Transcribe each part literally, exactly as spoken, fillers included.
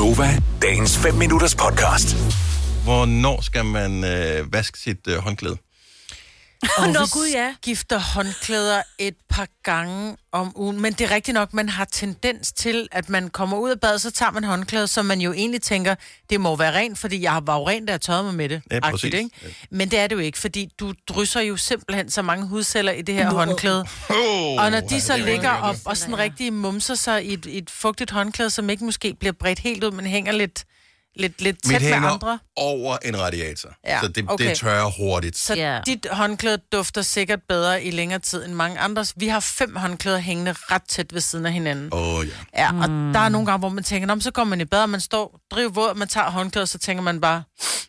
Gonova, dagens fem minutters podcast. Hvornår skal man øh, vaske sit øh, håndklæde? Og Nå, Gud, ja. Skifter håndklæder et par gange om ugen. Men det er rigtigt nok, man har tendens til, at man kommer ud af bad, så tager man håndklæder, som man jo egentlig tænker, det må være rent, fordi jeg var jo rent, da jeg tørrede mig med det. Ja, præcis. Aktivt, ikke? Ja. Men det er det jo ikke, fordi du drysser jo simpelthen så mange hudceller i det her no. håndklæde. Oh, og når de så ligger op og sådan rigtig mumser sig i et, et fugtigt håndklæde, som ikke måske bliver bredt helt ud, men hænger lidt... Lidt, lidt tæt med andre. Over en radiator, ja, så det, okay. det tørrer hurtigt. Så yeah. dit håndklæde dufter sikkert bedre i længere tid end mange andres. Vi har fem håndklæder hængende ret tæt ved siden af hinanden. Åh oh, ja. Ja, og mm. der er nogle gange, hvor man tænker, så går man i bad, og man står, driver våd, man tager håndklædet, så tænker man bare,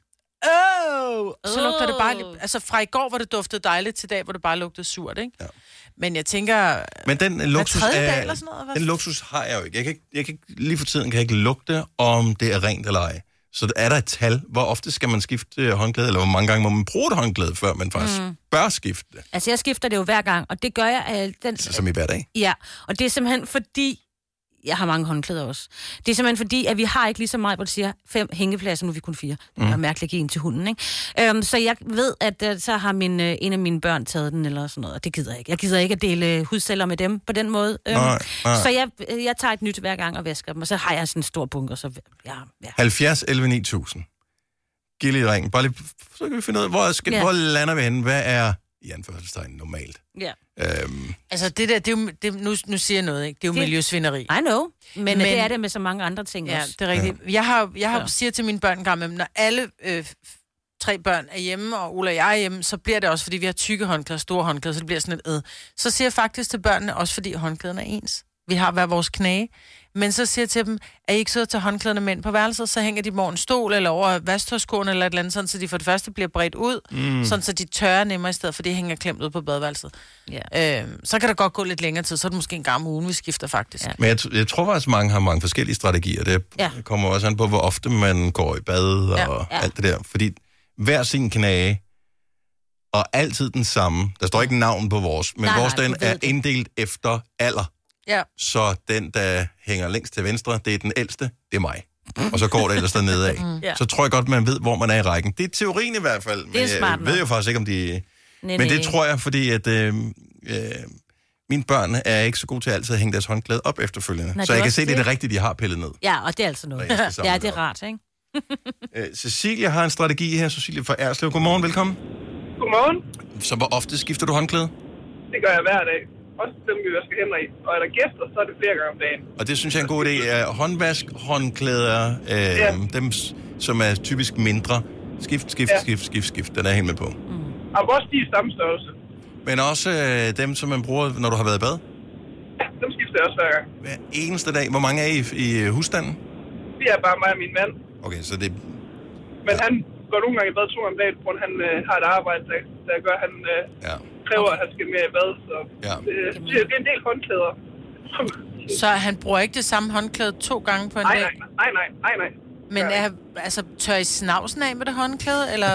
åh! Så lugter det bare, altså fra i går, hvor det duftede dejligt, til i dag, hvor det bare lugtede surt, ikke? Ja. Men jeg tænker... Men den luksus, er, dag eller sådan noget, den luksus har jeg jo ikke. Jeg kan ikke, jeg kan ikke. Lige for tiden kan jeg ikke lugte, om det er rent eller ej. Så er der et tal. Hvor ofte skal man skifte håndklæde, eller hvor mange gange må man bruge et håndklæde, før man faktisk mm. bør skifte det? Altså, jeg skifter det jo hver gang, og det gør jeg... Øh, den, Som i hver dag? Ja, og det er simpelthen fordi... Jeg har mange håndklæder også. Det er simpelthen fordi, at vi har ikke lige så meget, hvor du siger, fem hængepladser, nu er vi kun fire. Det er mm. mærkeligt at give en til hunden, ikke? Øhm, så jeg ved, at uh, så har min, uh, en af mine børn taget den, eller sådan noget, og det gider jeg ikke. Jeg gider ikke at dele uh, hudceller med dem på den måde. Øhm, nej, nej. Så jeg, jeg tager et nyt hver gang og vasker dem, og så har jeg sådan en stor bunker, så ja, ja. halvfjerds elleve ni tusind. Giv lige ring. Bare lige, så kan vi finde ud af, hvor, skal, ja. hvor lander vi henne? Hvad er, i anførselstegn, normalt? Ja. Øhm. Altså det der, det er jo, det, nu, nu siger jeg noget, ikke? Det er jo det, miljøsvineri. I know, men, men det er det med så mange andre ting ja, også. Det er rigtigt. Ja. Jeg har, jeg har ja. siger til mine børn en gang med dem, når alle øh, tre børn er hjemme, og Ulla og jeg er hjemme, så bliver det også, fordi vi har tykke håndklæder, store håndklæder, så det bliver sådan et æd. Så siger jeg faktisk til børnene, også fordi håndklæderne er ens. Vi har hver vores knæ. Men så siger jeg til dem, at I ikke sidder og tager håndklæderne med ind på værelset, så hænger de dem over en stol eller over vasktøjskoen eller et eller andet, sådan, så de for det første bliver bredt ud, mm. sådan så de tørrer nemmere i stedet, for de hænger klemt ud på badeværelset. Yeah. Øhm, så kan der godt gå lidt længere tid, så er det måske en gang om ugen, vi skifter faktisk. Yeah. Men jeg, jeg tror faktisk, mange har mange forskellige strategier. Det yeah. kommer også an på, hvor ofte man går i bad og yeah. Yeah. alt det der. Fordi hver sin knage, og altid den samme. Der står ikke navn på vores, men nej, vores nej, den er det. Inddelt efter alder. Ja. Så den, der hænger længst til venstre, det er den ældste, det er mig. Og så går det ellers dernede af. Mm. Ja. Så tror jeg godt, man ved, hvor man er i rækken. Det er teorien i hvert fald. Men jeg ved jo faktisk ikke, om de... Nej, men det nej. tror jeg, fordi at... Øh, øh, mine børn er ikke så gode til altid at hænge deres håndklæde op efterfølgende. Nej, så jeg kan se, det er det rigtige, de har pillet ned. Ja, og det er altså noget. Ja, det er rart, ikke? øh, Cecilia har en strategi her. Cecilia fra Erslev. Godmorgen, velkommen. Godmorgen. Så hvor ofte skifter du håndklæde? Det gør jeg hver dag. Også dem, vi vasker hænder i. Og er der gæster, så er det flere gange om dagen. Og det synes jeg er en god idé. Håndvask, håndklæder, øh, ja. dem som er typisk mindre. Skift, skift, ja. skift, skift, skift. Den er jeg helt med på. Mm. Og også de i samme størrelse. Men også øh, dem, som man bruger, når du har været i bad? Ja, dem skifter jeg også hver gang. Hver eneste dag. Hvor mange er I i husstanden? Det er bare mig og min mand. Okay, så det... Men ja. han går nogle gange i bad to gange om dagen, hvor han øh, har et arbejde, der, der gør, at han... Øh, ja. kræver, okay. at han skal mere i bad, så ja. det, det er en del håndklæder. Så han bruger ikke det samme håndklæde to gange på en nej, dag? Nej, nej, nej, nej. Men er, altså, tør I snavsen af med det håndklæde, eller?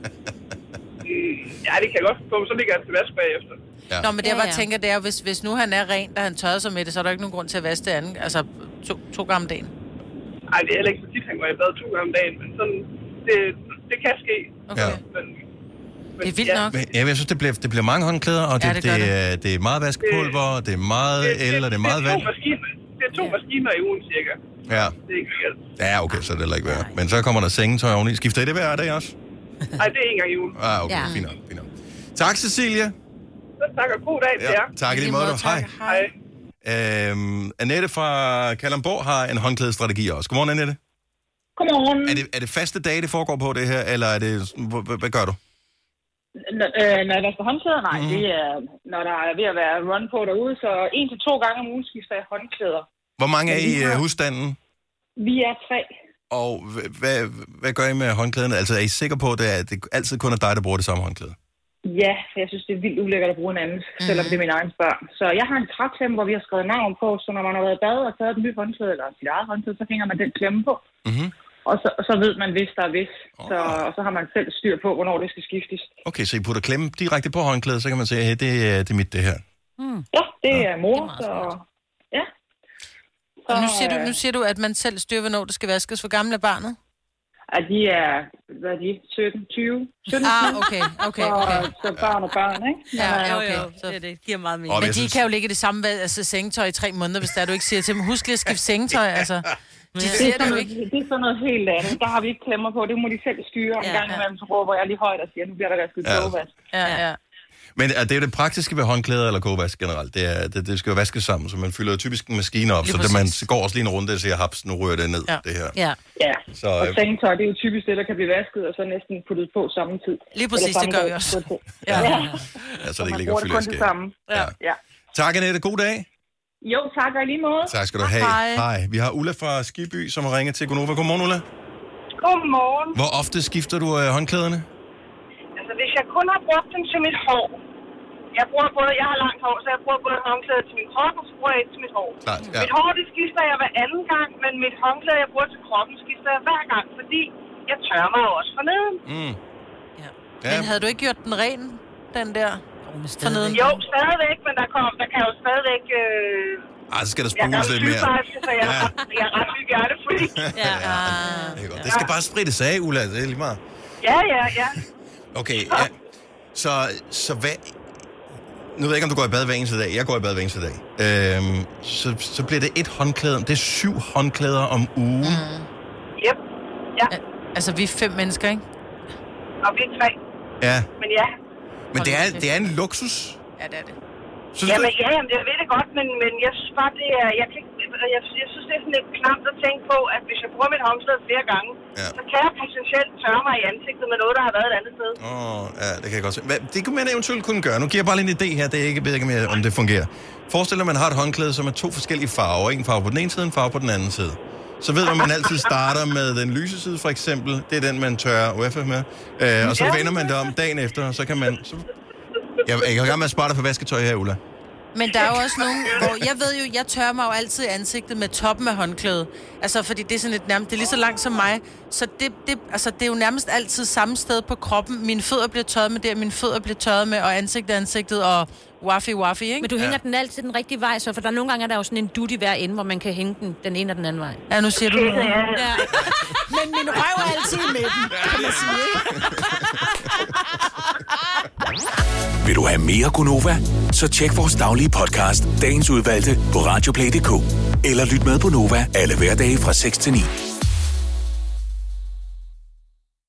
Ja, det kan jeg godt få, så ligger han til vask bagefter. Ja. Nå, men det jeg bare ja, ja. tænker, det er, hvis, hvis nu han er ren, da han tørrer sig med det, så er der ikke nogen grund til at vaske det andet, altså to, to gange om dagen. Nej, det er heller ikke så tit, han går i bad to gange om dagen, men sådan, det, det kan ske. Okay. Ja. Men, det er vildt ja. nok. Men, ja, jeg synes, det bliver, det bliver mange håndklæder, og det, ja, det, det, det, det er meget vaskepulver, det, det er meget det, el, og det er meget vand. Det er to ja. maskiner i ugen, cirka. Ja. Det er ikke alt. Ja, okay, så er det heller ikke værd. Men så kommer der sengetøj oveni. Skifter I det hver dag også? Nej, det er en gang i ugen. Ah, okay, ja. fint nok, fint nok. Tak, Cecilia. Så tak, og god dag til jer. Ja, tak i lige måde. Hej. Hej. Øhm, Annette fra Kalundborg har en håndklædestrategi også. Godmorgen, Annette. Godmorgen. Er det, er det faste dage, det foregår på det her, eller er det... Hvad, hvad gør du? N- øh, når jeg vasker håndklæder? Nej, mm. det er, når der er ved at være run på derude, så en til to gange om ugen skifter jeg håndklæder. Hvor mange er I i har... husstanden? Vi er tre. Og hvad, hvad gør I med håndklæderne? Altså, er I sikre på, at det, er, det altid kun er dig, der bruger det samme håndklæde? Ja, for jeg synes, det er vildt ulækkert at bruge en anden, mm. selvom det er min egen børn. Så jeg har en træklemme, hvor vi har skrevet navn på, så når man har været i bad og taget et nyt håndklæde, eller sit eget håndklæde, så hænger man den klemme på. Mm-hmm. Og så, så ved man, hvis der er hvis. Oh. Så, og så har man selv styr på, hvornår det skal skiftes. Okay, så I putter klemme direkte på håndklædet, så kan man sige, at hey, det, det er mit, det her. Mm. Ja, det ja. er mor, så... Ja. Så, og nu siger, du, nu siger du, at man selv styrer, hvornår det skal vaskes. Hvor gammel er barnet? At de er, hvad er de, sytten, tyve, sytten. Ah, okay, okay, okay. Så, så børn og børn, ikke? Ja, ja, okay. Jo, jo, så det giver meget mening. Og Men de synes... kan jo ligge i det samme altså, sengetøj i tre måneder, hvis der du ikke siger til dem, husk lige at skifte sengetøj, altså. De det, siger er det jo noget, ikke. det er sådan noget helt andet. Der har vi ikke klemmer på. Det må de selv styre. En ja, gang imellem, så råber jeg lige højt og siger, nu bliver der vasket ja. kogevask. Ja, ja. Men er det jo det praktiske ved håndklæder eller kogevask generelt? Det, er, det, det skal jo vaskes sammen, så man fylder jo typisk en maskine op, lige så det, man går også lige en runde og siger, haps, nu rører det ned, ja. det her. Ja, ja. Så, og sengetøj, det er jo typisk det, der kan blive vasket, og så næsten puttet på samme tid. Lige præcis, det gør vi også. Ja, ja. ja så det ikke ligger og fylder i skab. Ja. Ja. Tak, Annette. God dag. Jo, tak og i lige måde. Tak skal du have. Hej. Hej. Vi har Ulla fra Skiby, som har ringet til Gonova. Godmorgen, Ulla. Godmorgen. Hvor ofte skifter du øh, håndklæderne? Altså, hvis jeg kun har brugt dem til mit hår. Jeg bruger både, jeg har langt hår, så jeg bruger både håndklæder til min krop, og så bruger jeg et til mit hår. Klart, ja. Mit hår, det skifter jeg hver anden gang, men mit håndklæde, jeg bruger til kroppen, skifter jeg hver gang, fordi jeg tørrer mig også forneden. Mm. Ja. Men havde du ikke gjort den ren, den der forneden? Jo, stadigvæk, men der, kom, der kan jo stadigvæk... Øh, Ej, så skal der spruges lidt mere. Så jeg, ja. jeg er ret syg hjertefri. Ja, ja, det er godt. Det skal bare sprittes af, Ulla, det er lige meget. Ja, ja, ja. Okay, ja. Så, så hvad... Nu ved jeg ikke, om du går i bad hver eneste dag. Jeg går i bad hver eneste dag. Øhm, så, så bliver det et håndklæde. Det er syv håndklæder om ugen. Mm. Yep. Ja. Altså, vi er fem mennesker, ikke? Og vi er tre. Ja. Men ja. Men det er, det er en luksus. Ja, det er det. Synes jamen, du? ja, jamen, jeg ved det godt, men, men jeg synes bare, det er... Jeg, kan, jeg, jeg synes, det er sådan lidt klamt at tænke på, at hvis jeg bruger mit håndklæde flere gange, ja. så kan jeg potentielt tørre mig i ansigtet med noget, der har været et andet sted. Åh, oh, ja, det kan jeg godt se. Hvad, det kunne man eventuelt kunne gøre. Nu giver jeg bare lige en idé her. Det er ikke, jeg ved ikke, om det fungerer. Forestil dig, at man har et håndklæde, som er to forskellige farver. En farve på den ene side, en farve på den anden side. Så ved man, at man altid starter med den lyse side, for eksempel. Det er den, man tørrer O F F med. Øh, og så ja. vender man det om dagen efter, og så kan man... Så... Jeg, jeg kan gerne med at spare dig for vasketøj her, Ulla. Men der er jo også nogen, hvor jeg ved jo, jeg tørrer mig jo altid i ansigtet med toppen af håndklædet. Altså, fordi det er sådan et nærmest, det er lige så langt som mig. Så det, det, altså, det er jo nærmest altid samme sted på kroppen. Mine fødder bliver tørret med det, mine fødder bliver tørret med, og ansigt af ansigtet, og waffy waffy, ikke? Men du hænger ja. den altid den rigtige vej, så for der nogle gange er der jo sådan en duty hver ende, hvor man kan hænge den den ene og den anden vej. Ja, nu siger du noget. Ja. Men min røv er altid i midten, kan man sige, ikke? Vil du have mere Gonova? Så tjek vores daglige podcast, dagens udvalgte, på radioplay punktum d k. Eller lyt med på Nova alle hverdage fra seks til ni.